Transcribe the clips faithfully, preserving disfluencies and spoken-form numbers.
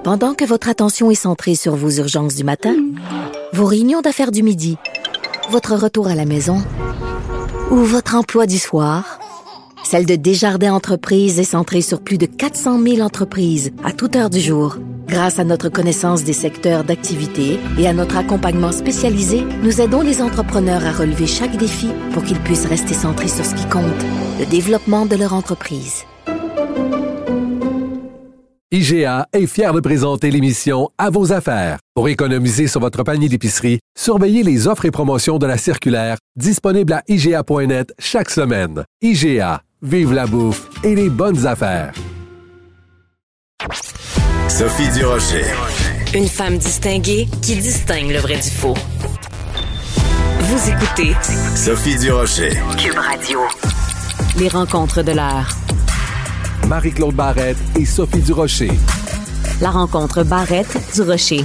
Pendant que votre attention est centrée sur vos urgences du matin, vos réunions d'affaires du midi, votre retour à la maison ou votre emploi du soir, celle de Desjardins Entreprises est centrée sur plus de quatre cent mille entreprises à toute heure du jour. Grâce à notre connaissance des secteurs d'activité et à notre accompagnement spécialisé, nous aidons les entrepreneurs à relever chaque défi pour qu'ils puissent rester centrés sur ce qui compte, le développement de leur entreprise. I G A est fier de présenter l'émission À vos affaires. Pour économiser sur votre panier d'épicerie, surveillez les offres et promotions de la circulaire disponible à I G A point net chaque semaine. I G A, vive la bouffe et les bonnes affaires. Sophie Durocher. Une femme distinguée qui distingue le vrai du faux. Vous écoutez Sophie Durocher. Cube Radio. Les rencontres de l'heure. Marie-Claude Barrette et Sophie Durocher. La rencontre Barrette-Durocher.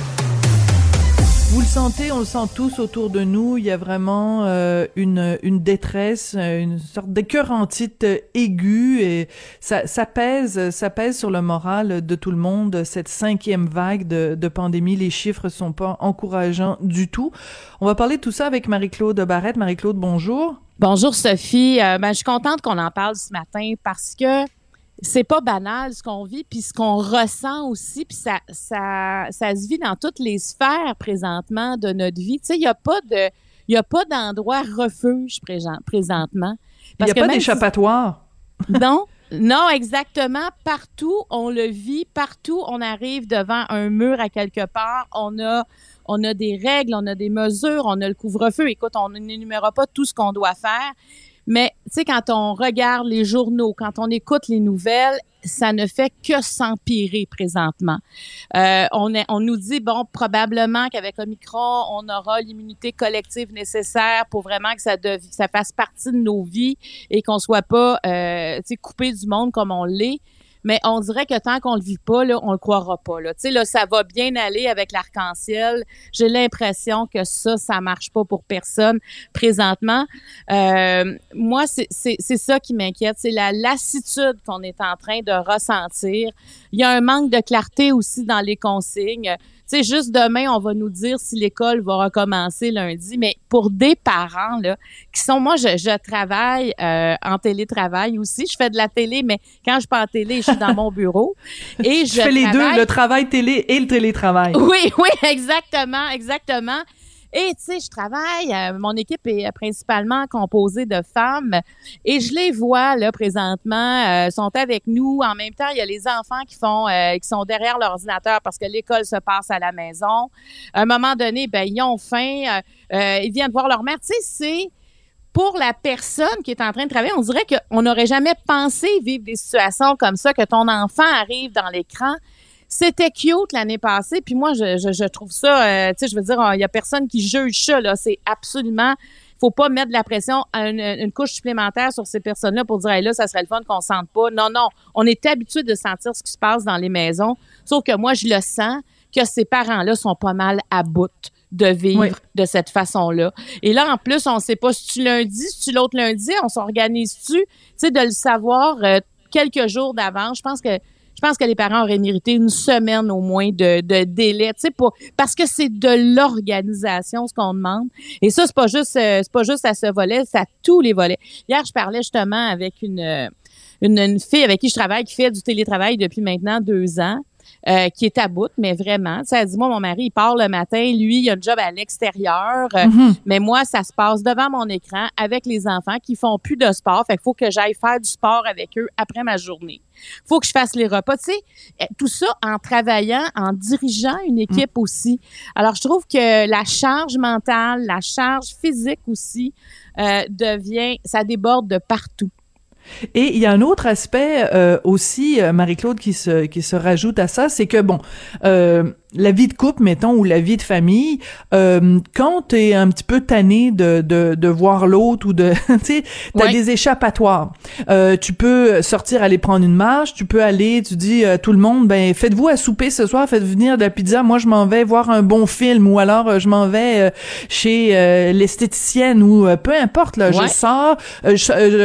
Vous le sentez, on le sent tous autour de nous. Il y a vraiment euh, une une détresse, une sorte d'écœurantite aiguë et ça ça pèse, ça pèse sur le moral de tout le monde. Cette cinquième vague de, de pandémie, les chiffres sont pas encourageants du tout. On va parler de tout ça avec Marie-Claude Barrette. Marie-Claude, bonjour. Bonjour Sophie. Euh, ben je suis contente qu'on en parle ce matin parce que c'est pas banal ce qu'on vit puis ce qu'on ressent aussi puis ça ça ça se vit dans toutes les sphères présentement de notre vie. Tu sais, il y a pas de il y a pas d'endroit refuge présent, présentement. Il y a pas d'échappatoire. Si, non, non exactement, partout on le vit, partout on arrive devant un mur à quelque part, on a on a des règles, on a des mesures, on a le couvre-feu. Écoute, on n'énumérera pas tout ce qu'on doit faire. Mais, tu sais, quand on regarde les journaux, quand on écoute les nouvelles, ça ne fait que s'empirer présentement. Euh, on, est, on nous dit, bon, probablement qu'avec Omicron, on aura l'immunité collective nécessaire pour vraiment que ça, dev- ça fasse partie de nos vies et qu'on soit pas, euh, tu sais, coupé du monde comme on l'est. Mais on dirait que tant qu'on le vit pas, là, on le croira pas, là. Tu sais, là, ça va bien aller avec l'arc-en-ciel. J'ai l'impression que ça, ça marche pas pour personne présentement. Euh, moi, c'est, c'est, c'est ça qui m'inquiète. C'est la lassitude qu'on est en train de ressentir. Il y a un manque de clarté aussi dans les consignes. Tu sais, juste demain, on va nous dire si l'école va recommencer lundi. Mais pour des parents, là, qui sont, moi, je, je travaille euh, en télétravail aussi. Je fais de la télé, mais quand je suis pas en télé, je suis dans mon bureau. Et je, je fais les travaille... deux, le travail télé et le télétravail. Oui, oui, exactement, exactement. Et tu sais, je travaille, euh, mon équipe est principalement composée de femmes et je les vois là présentement, euh, sont avec nous. En même temps, il y a les enfants qui font, euh, qui sont derrière l'ordinateur parce que l'école se passe à la maison. À un moment donné, ben ils ont faim, euh, euh, ils viennent voir leur mère. Tu sais, c'est pour la personne qui est en train de travailler, on dirait qu'on n'aurait jamais pensé vivre des situations comme ça, que ton enfant arrive dans l'écran. C'était cute l'année passée, puis moi, je, je, je trouve ça, euh, tu sais, je veux dire, il y a personne qui juge ça, là. C'est absolument, faut pas mettre de la pression, une, une couche supplémentaire sur ces personnes-là pour dire, hey, là, ça serait le fun qu'on sente pas. Non, non, on est habitué de sentir ce qui se passe dans les maisons, sauf que moi, je le sens que ces parents-là sont pas mal à bout de vivre oui. de cette façon-là. Et là, en plus, on sait pas si tu lundi, si tu l'autre lundi, on s'organise-tu, tu sais, de le savoir euh, quelques jours d'avance. Je pense que Je pense que les parents auraient mérité une semaine au moins de, de délai, tu sais, pour, parce que c'est de l'organisation ce qu'on demande. Et ça, c'est pas juste, euh, c'est pas juste à ce volet, c'est à tous les volets. Hier, je parlais justement avec une, une, une fille avec qui je travaille, qui fait du télétravail depuis maintenant deux ans. Euh, qui est à bout, mais vraiment. Ça dit, moi, mon mari, il part le matin, lui, il a un job à l'extérieur, euh, mm-hmm. mais moi, ça se passe devant mon écran avec les enfants qui font plus de sport. Fait qu'il faut que j'aille faire du sport avec eux après ma journée. Faut que je fasse les repas. Tu sais, tout ça en travaillant, en dirigeant une équipe mm. aussi. Alors, je trouve que la charge mentale, la charge physique aussi euh, devient, ça déborde de partout. Et il y a un autre aspect euh, aussi, Marie-Claude, qui se qui se rajoute à ça, c'est que bon, euh, la vie de couple, mettons, ou la vie de famille, euh, quand t'es un petit peu tanné de de de voir l'autre ou de, tu sais, t'as ouais. des échappatoires. Euh, tu peux sortir, aller prendre une marche, tu peux aller, tu dis euh, tout le monde, ben faites-vous à souper ce soir, faites venir de la pizza. Moi, je m'en vais voir un bon film, ou alors euh, je m'en vais euh, chez euh, l'esthéticienne, ou euh, peu importe là, ouais. je sors. Euh, je, euh,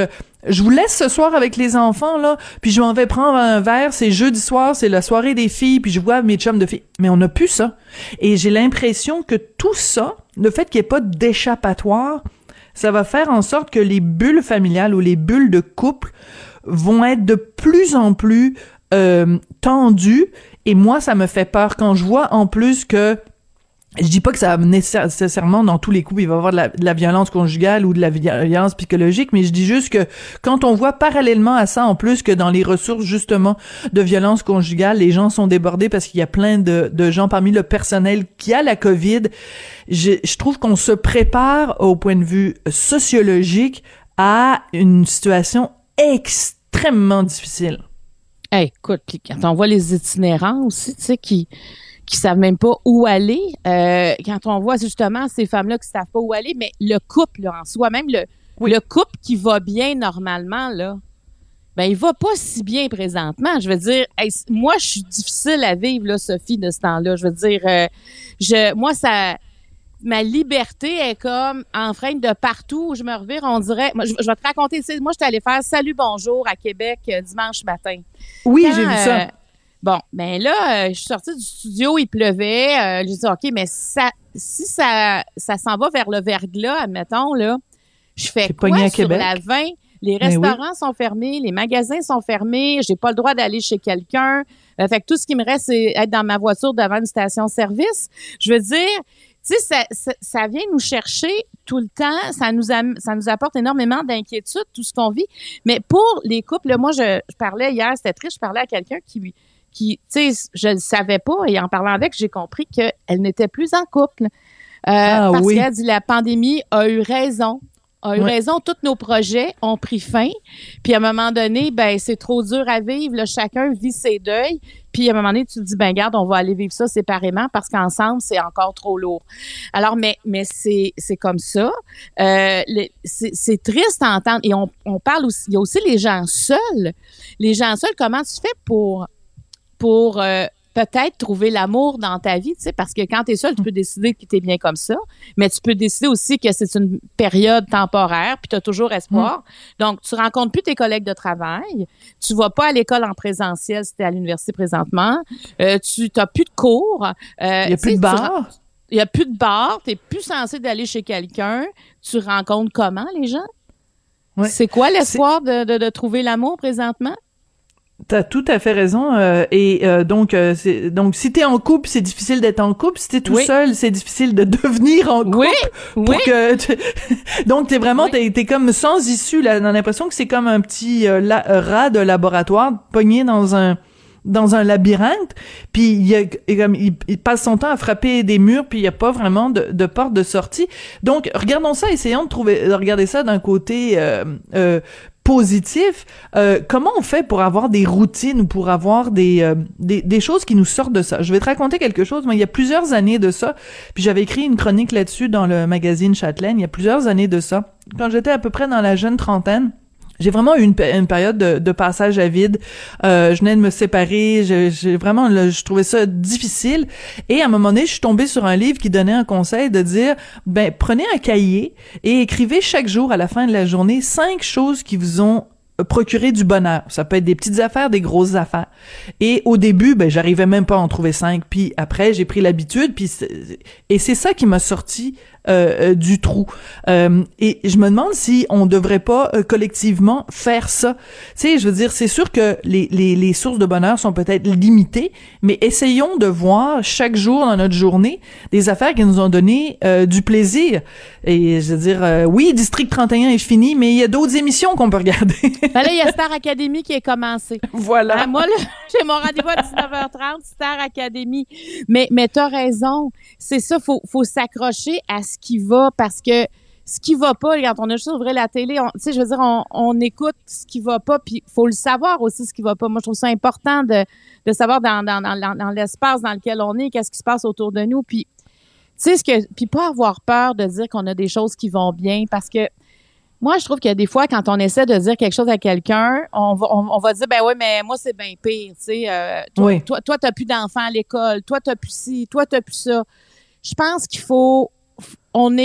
je vous laisse ce soir avec les enfants, là, puis je m'en vais prendre un verre, c'est jeudi soir, c'est la soirée des filles, puis je vois mes chums de filles. Mais on n'a plus ça. Et j'ai l'impression que tout ça, le fait qu'il n'y ait pas d'échappatoire, ça va faire en sorte que les bulles familiales ou les bulles de couple vont être de plus en plus euh, tendues. Et moi, ça me fait peur quand je vois en plus que je dis pas que ça nécessairement dans tous les couples il va y avoir de la, de la violence conjugale ou de la violence psychologique, mais je dis juste que quand on voit parallèlement à ça en plus que dans les ressources justement de violence conjugale, les gens sont débordés parce qu'il y a plein de, de gens parmi le personnel qui a la COVID, je, je trouve qu'on se prépare au point de vue sociologique à une situation extrêmement difficile. Hey, écoute, quand on voit les itinérants aussi, tu sais, qui qui savent même pas où aller. Euh, quand on voit justement ces femmes-là qui savent pas où aller, mais le couple là, en soi, même le, oui. le couple qui va bien normalement, là, ben il va pas si bien présentement. Je veux dire, hey, moi, je suis difficile à vivre, là, Sophie, de ce temps-là. Je veux dire, euh, je, moi, ça, ma liberté est comme enfreinte de partout où je me revire. On dirait, moi, je, je vais te raconter, moi, j'étais allée faire Salut Bonjour à Québec euh, dimanche matin. Oui, quand, j'ai vu ça. Euh, Bon, ben là, euh, je suis sortie du studio, il pleuvait. Euh, j'ai dit, OK, mais ça, si ça, ça s'en va vers le verglas, admettons, là, je fais quoi à sur Québec? la vingt? Les restaurants oui. sont fermés, les magasins sont fermés, j'ai pas le droit d'aller chez quelqu'un. Euh, fait que tout ce qui me reste, c'est être dans ma voiture devant une station-service. Je veux dire, tu sais, ça, ça, ça vient nous chercher tout le temps. Ça nous, am- ça nous apporte énormément d'inquiétude, tout ce qu'on vit. Mais pour les couples, là, moi, je, je parlais hier, c'était triste, je parlais à quelqu'un qui... qui, tu sais, je ne savais pas, et en parlant avec, j'ai compris qu'elle n'était plus en couple. Euh, ah, parce oui. qu'elle dit la pandémie a eu raison. A eu oui. raison, tous nos projets ont pris fin. Puis à un moment donné, ben c'est trop dur à vivre. Là, chacun vit ses deuils. Puis à un moment donné, tu te dis, ben garde, on va aller vivre ça séparément parce qu'ensemble, c'est encore trop lourd. Alors, mais mais c'est c'est comme ça. Euh, le, c'est, c'est triste à entendre. Et on, on parle aussi, il y a aussi les gens seuls. Les gens seuls, comment tu fais pour... pour euh, peut-être trouver l'amour dans ta vie, tu sais, parce que quand tu es seul, tu peux décider que tu es bien comme ça, mais tu peux décider aussi que c'est une période temporaire, puis tu as toujours espoir. Mmh. Donc, tu rencontres plus tes collègues de travail, tu vas pas à l'école en présentiel si tu es à l'université présentement, euh, tu n'as plus de cours. Euh, Il n'y a plus de bar. Il n'y a plus de bar, tu n'es plus censé d'aller chez quelqu'un. Tu rencontres comment les gens? Ouais. C'est quoi l'espoir de, de, de trouver l'amour présentement? T'as tout à fait raison euh, et euh, donc euh, c'est donc si t'es en couple c'est difficile d'être en couple, si t'es tout oui. seul c'est difficile de devenir en couple oui. pour oui. que t- donc t'es vraiment oui. t'es, t'es comme sans issue là, on a l'impression que c'est comme un petit euh, la, rat de laboratoire pogné dans un dans un labyrinthe, puis il, y a, il, il passe son temps à frapper des murs, puis il y a pas vraiment de, de porte de sortie. Donc regardons ça, essayons de trouver de regarder ça d'un côté euh, euh, positif. Euh, comment on fait pour avoir des routines ou pour avoir des, euh, des des choses qui nous sortent de ça? Je vais te raconter quelque chose. Moi, il y a plusieurs années de ça, puis j'avais écrit une chronique là-dessus dans le magazine Châtelaine, il y a plusieurs années de ça, quand j'étais à peu près dans la jeune trentaine. J'ai vraiment eu une, une période de, de passage à vide. Euh, je venais de me séparer. Je, j'ai vraiment, là, je trouvais ça difficile. Et à un moment donné, je suis tombée sur un livre qui donnait un conseil de dire, ben, prenez un cahier et écrivez chaque jour à la fin de la journée cinq choses qui vous ont procuré du bonheur. Ça peut être des petites affaires, des grosses affaires. Et au début, ben, j'arrivais même pas à en trouver cinq. Puis après, j'ai pris l'habitude. Puis c'est, et c'est ça qui m'a sorti Euh, euh, du trou. Euh, et je me demande si on devrait pas euh, collectivement faire ça. Tu sais, je veux dire, c'est sûr que les, les, les sources de bonheur sont peut-être limitées, mais essayons de voir chaque jour dans notre journée des affaires qui nous ont donné euh, du plaisir. Et je veux dire, euh, oui, District trente et un est fini, mais il y a d'autres émissions qu'on peut regarder. Ben là, il y a Star Academy qui est commencé. Voilà. Ah, moi, là, j'ai mon rendez-vous à dix-neuf heures trente, Star Academy. Mais, mais t'as raison. C'est ça, faut, faut s'accrocher à ce qui va, parce que ce qui va pas, quand on a juste ouvert la télé, tu sais, je veux dire, on, on écoute ce qui va pas, puis faut le savoir aussi ce qui va pas. Moi, je trouve ça important de, de savoir dans, dans, dans, dans l'espace dans lequel on est, qu'est-ce qui se passe autour de nous, puis tu sais, ce que, puis pas avoir peur de dire qu'on a des choses qui vont bien, parce que moi, je trouve qu'il y a des fois, quand on essaie de dire quelque chose à quelqu'un, on va, on, on va dire, ben oui, mais moi, c'est bien pire, tu sais, euh, toi, oui. toi, toi, t'as plus d'enfants à l'école, toi, t'as plus ci, toi, t'as plus ça. Je pense qu'il faut, on est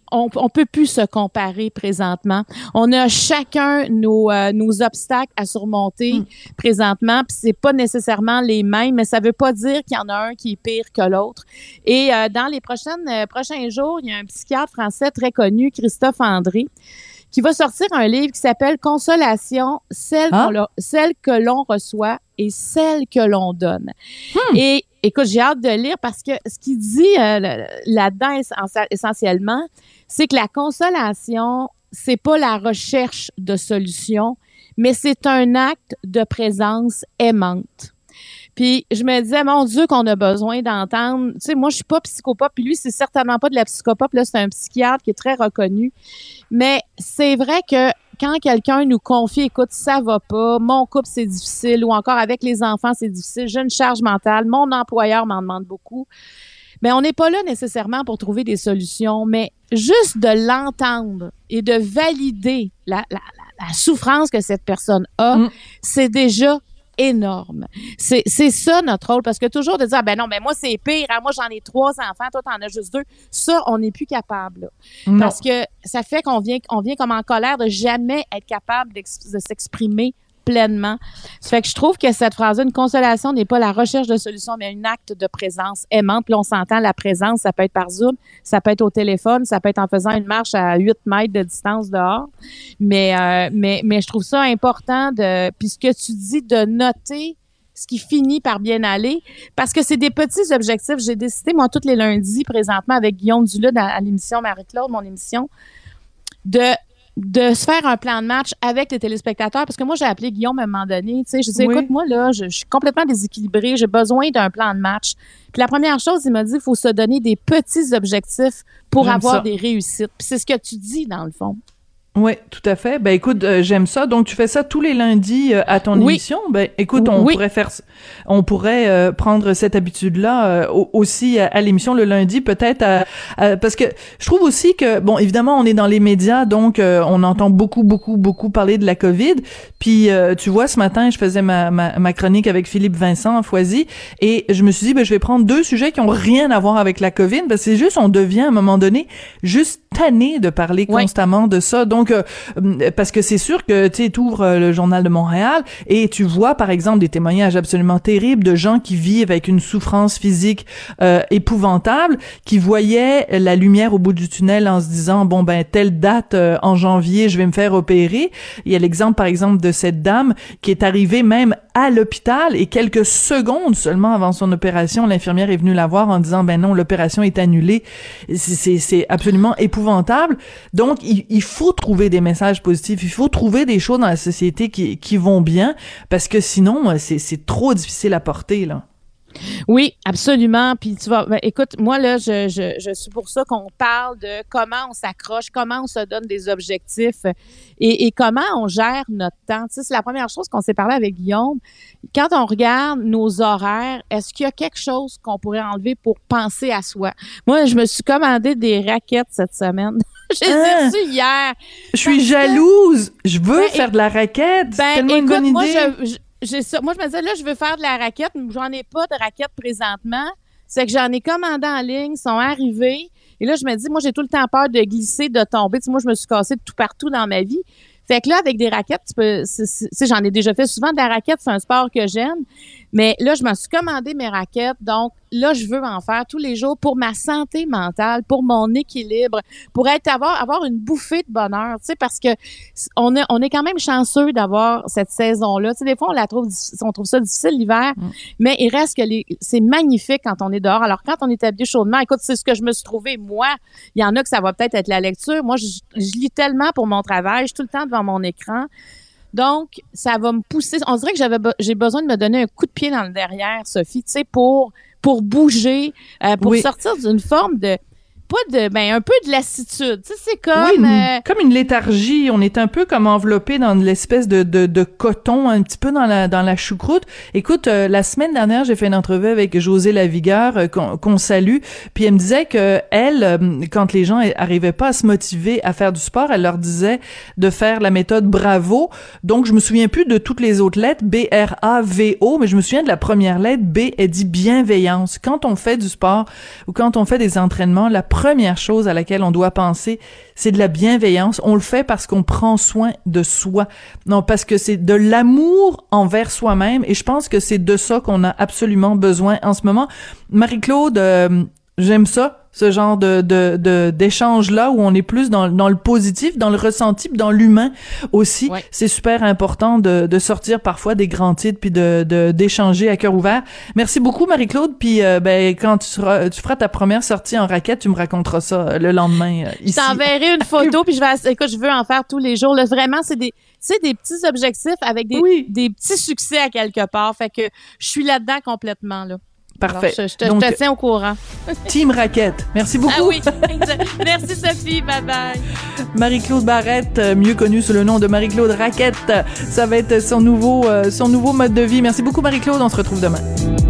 on, on peut plus se comparer présentement. On a chacun nos, euh, nos obstacles à surmonter mm. présentement, puis c'est pas nécessairement les mêmes, mais ça veut pas dire qu'il y en a un qui est pire que l'autre. Et euh, dans les prochaines euh, prochains jours, il y a un psychiatre français très connu, Christophe André, qui va sortir un livre qui s'appelle « Consolation, celle, ah? qu'on le, celle que l'on reçoit et celle que l'on donne hmm. ». Et écoute, j'ai hâte de lire parce que ce qu'il dit euh, là-dedans essentiellement, c'est que la consolation, c'est pas la recherche de solutions, mais c'est un acte de présence aimante. Puis je me disais, mon Dieu, qu'on a besoin d'entendre. Tu sais, moi, je suis pas psychopathe, puis lui, c'est certainement pas de la psychopathe. Là, c'est un psychiatre qui est très reconnu. Mais c'est vrai que quand quelqu'un nous confie, écoute, ça va pas, mon couple, c'est difficile, ou encore avec les enfants, c'est difficile, j'ai une charge mentale, mon employeur m'en demande beaucoup. Mais on n'est pas là nécessairement pour trouver des solutions, mais juste de l'entendre et de valider la, la, la, la souffrance que cette personne a, mmh. c'est déjà énorme. C'est, c'est ça notre rôle, parce que toujours de dire, ah, ben non, ben moi c'est pire, hein, moi j'en ai trois enfants, toi t'en as juste deux, ça on n'est plus capable. Là. Non. Parce que ça fait qu'on vient, on vient comme en colère de jamais être capable de s'exprimer pleinement. Ça fait que je trouve que cette phrase-là, une consolation n'est pas la recherche de solution, mais un acte de présence aimante. Puis on s'entend, la présence, ça peut être par Zoom, ça peut être au téléphone, ça peut être en faisant une marche à huit mètres de distance dehors. Mais, euh, mais, mais je trouve ça important de, puis ce que tu dis, de noter ce qui finit par bien aller, parce que c'est des petits objectifs. J'ai décidé, moi, tous les lundis, présentement, avec Guillaume Dulude à, à l'émission Marie-Claude, mon émission, de de se faire un plan de match avec les téléspectateurs, parce que moi, j'ai appelé Guillaume à un moment donné, tu sais, je dis, oui. écoute, moi, là, je, je suis complètement déséquilibrée, j'ai besoin d'un plan de match. Puis la première chose, il m'a dit, il faut se donner des petits objectifs pour J'aime avoir ça. Des réussites. Puis c'est ce que tu dis, dans le fond. Oui, tout à fait. Ben écoute, euh, j'aime ça. Donc tu fais ça tous les lundis euh, à ton oui. émission. Ben écoute, on oui. pourrait faire, on pourrait euh, prendre cette habitude-là euh, aussi à, à l'émission le lundi, peut-être, à, à, parce que je trouve aussi que bon, évidemment, on est dans les médias, donc euh, on entend beaucoup, beaucoup, beaucoup parler de la COVID. Puis euh, tu vois, ce matin, je faisais ma, ma, ma chronique avec Philippe Vincent Foisy, et je me suis dit, ben je vais prendre deux sujets qui ont rien à voir avec la COVID, parce que c'est juste, on devient à un moment donné juste tanné de parler oui. constamment de ça. Donc Donc, euh, parce que c'est sûr que tu sais, t'ouvres euh, le Journal de Montréal et tu vois, par exemple, des témoignages absolument terribles de gens qui vivent avec une souffrance physique euh, épouvantable, qui voyaient la lumière au bout du tunnel en se disant, bon, ben, telle date euh, en janvier, je vais me faire opérer. Il y a l'exemple, par exemple, de cette dame qui est arrivée même à l'hôpital et quelques secondes seulement avant son opération, l'infirmière est venue la voir en disant, ben non, l'opération est annulée. C'est, c'est, c'est absolument épouvantable. Donc, il, il faut trouver des messages positifs, il faut trouver des choses dans la société qui, qui vont bien, parce que sinon, c'est, c'est trop difficile à porter, là. Oui, absolument. Puis tu vas, ben, écoute, moi là, je, je, je suis pour ça qu'on parle de comment on s'accroche, comment on se donne des objectifs et, et comment on gère notre temps. Tu sais, c'est la première chose qu'on s'est parlé avec Guillaume. Quand on regarde nos horaires, est-ce qu'il y a quelque chose qu'on pourrait enlever pour penser à soi? Moi, je me suis commandé des raquettes cette semaine. J'ai ah, reçu hier. Je suis jalouse. Que... Je veux ben, faire de la raquette. Ben, c'est tellement écoute, une bonne idée. Moi, je, je, j'ai ça. Moi, je me disais, là, je veux faire de la raquette, mais j'en ai pas de raquette présentement. C'est que j'en ai commandé en ligne, ils sont arrivés. Et là, je me dis, moi, j'ai tout le temps peur de glisser, de tomber. Tu sais, moi, je me suis cassée de tout partout dans ma vie. Fait que là, avec des raquettes, tu peux, c'est, c'est, c'est, j'en ai déjà fait souvent de la raquette, c'est un sport que j'aime. Mais là, je m'en suis commandé mes raquettes. Donc, là, je veux en faire tous les jours pour ma santé mentale, pour mon équilibre, pour être, avoir, avoir une bouffée de bonheur, tu sais, parce que on est, on est quand même chanceux d'avoir cette saison-là. Tu sais, des fois, on la trouve, on trouve ça difficile l'hiver, mmh. mais il reste que les, c'est magnifique quand on est dehors. Alors, quand on est habillé chaudement, écoute, c'est ce que je me suis trouvé, moi. Il y en a que ça va peut-être être la lecture. Moi, je, je lis tellement pour mon travail, je suis tout le temps devant mon écran. Donc, ça va me pousser. On dirait que j'avais, j'ai besoin de me donner un coup de pied dans le derrière, Sophie, tu sais, pour, pour bouger, euh, pour oui. sortir d'une forme de, pas de, ben, un peu de lassitude. Tu sais, c'est comme... Oui, une, euh, comme une léthargie. On est un peu comme enveloppé dans l'espèce de, de, de coton, un petit peu dans la, dans la choucroute. Écoute, euh, la semaine dernière, j'ai fait une entrevue avec José Lavigueur, euh, qu'on, qu'on salue, puis elle me disait que elle, euh, quand les gens arrivaient pas à se motiver à faire du sport, elle leur disait de faire la méthode Bravo. Donc, je me souviens plus de toutes les autres lettres, B R A V O, mais je me souviens de la première lettre, B, elle dit bienveillance. Quand on fait du sport ou quand on fait des entraînements, la première chose à laquelle on doit penser, c'est de la bienveillance. On le fait parce qu'on prend soin de soi. Non, parce que c'est de l'amour envers soi-même, et je pense que c'est de ça qu'on a absolument besoin en ce moment. Marie-Claude, euh, j'aime ça. Ce genre de, de, de, d'échange-là où on est plus dans, dans le positif, dans le ressenti, dans l'humain aussi. Ouais. C'est super important de, de sortir parfois des grands titres puis de, de, d'échanger à cœur ouvert. Merci beaucoup, Marie-Claude. Puis, euh, ben, quand tu seras, tu feras ta première sortie en raquette, tu me raconteras ça le lendemain, euh, ici. Je t'enverrai une photo puis je vais, écoute, je veux en faire tous les jours. Là, vraiment, c'est des, c'est des petits objectifs avec des, oui. des petits succès à quelque part. Fait que je suis là-dedans complètement, là. Parfait. Alors, je, je, te, Donc, je te tiens au courant. Team Raquette. Merci beaucoup. Ah oui. Merci Sophie. Bye bye. Marie-Claude Barrette, mieux connue sous le nom de Marie-Claude Raquette. Ça va être son nouveau, euh, son nouveau mode de vie. Merci beaucoup Marie-Claude. On se retrouve demain.